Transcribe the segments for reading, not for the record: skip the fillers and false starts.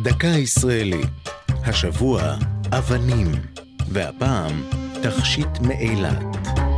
דקה ישראלית. השבוע אבנים, והפעם תכשיט מאילת.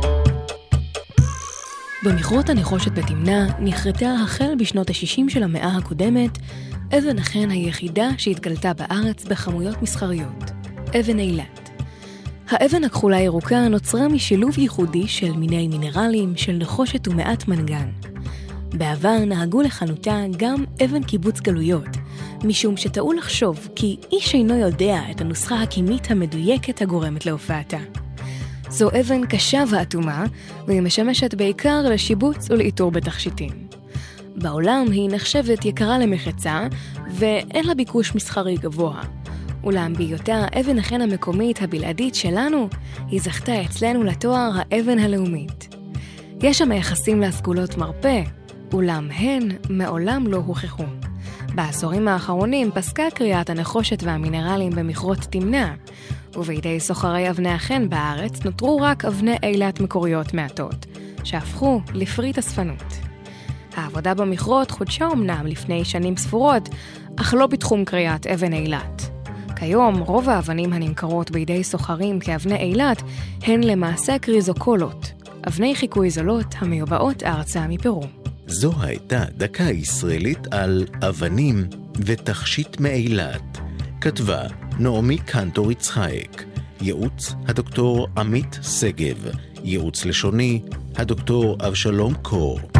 במכרות הנחושת בתמנע נחרטה החל בשנות ה-60 של המאה הקודמת אבן החן היחידה שהתגלתה בארץ בכמויות מסחריות, אבן אילת. האבן הכחולה ירוקה נוצרה משילוב ייחודי של מיני מינרלים, של נחושת ומעט מנגן. בעבר נהגו לכנותה גם אבן קיבוץ גלויות, משום שטעו לחשוב כי איש אינו יודע את הנוסחה הקימית המדויקת הגורמת להופעתה. זו אבן קשה ואטומה, והיא משמשת בעיקר לשיבוץ ולאיתור בתכשיטים. בעולם היא נחשבת יקרה למחצה, ואין לה ביקוש מסחרי גבוה. אולם בהיותה אבן החן המקומית הבלעדית שלנו, היא זכתה אצלנו לתואר האבן הלאומית. יש שם יחסים להסגולות מרפא, אולם הן מעולם לא הוכחו. בעשורים האחרונים פסקה קריאת הנחושת והמינרלים במכרות תמנע, ובידי סוחרי אבני החן בארץ נותרו רק אבני אילת מקוריות מעטות, שהפכו לפריט אספנות. העבודה במכרות חודשה אמנם לפני שנים ספורות, אך לא בתחום קריאת אבן אילת. כיום רוב האבנים הנמכרות בידי סוחרים כאבני אילת הן למעשה קריזוקולות, אבני חיקוי זולות המיובאות ארצה מפרו. זו הייתה דקה ישראלית על אבנים ותכשיט מאילת. כתבה נעמי קנטור יצחק. ייעוץ הדוקטור עמית סגב. ייעוץ לשוני הדוקטור אבשלום קור.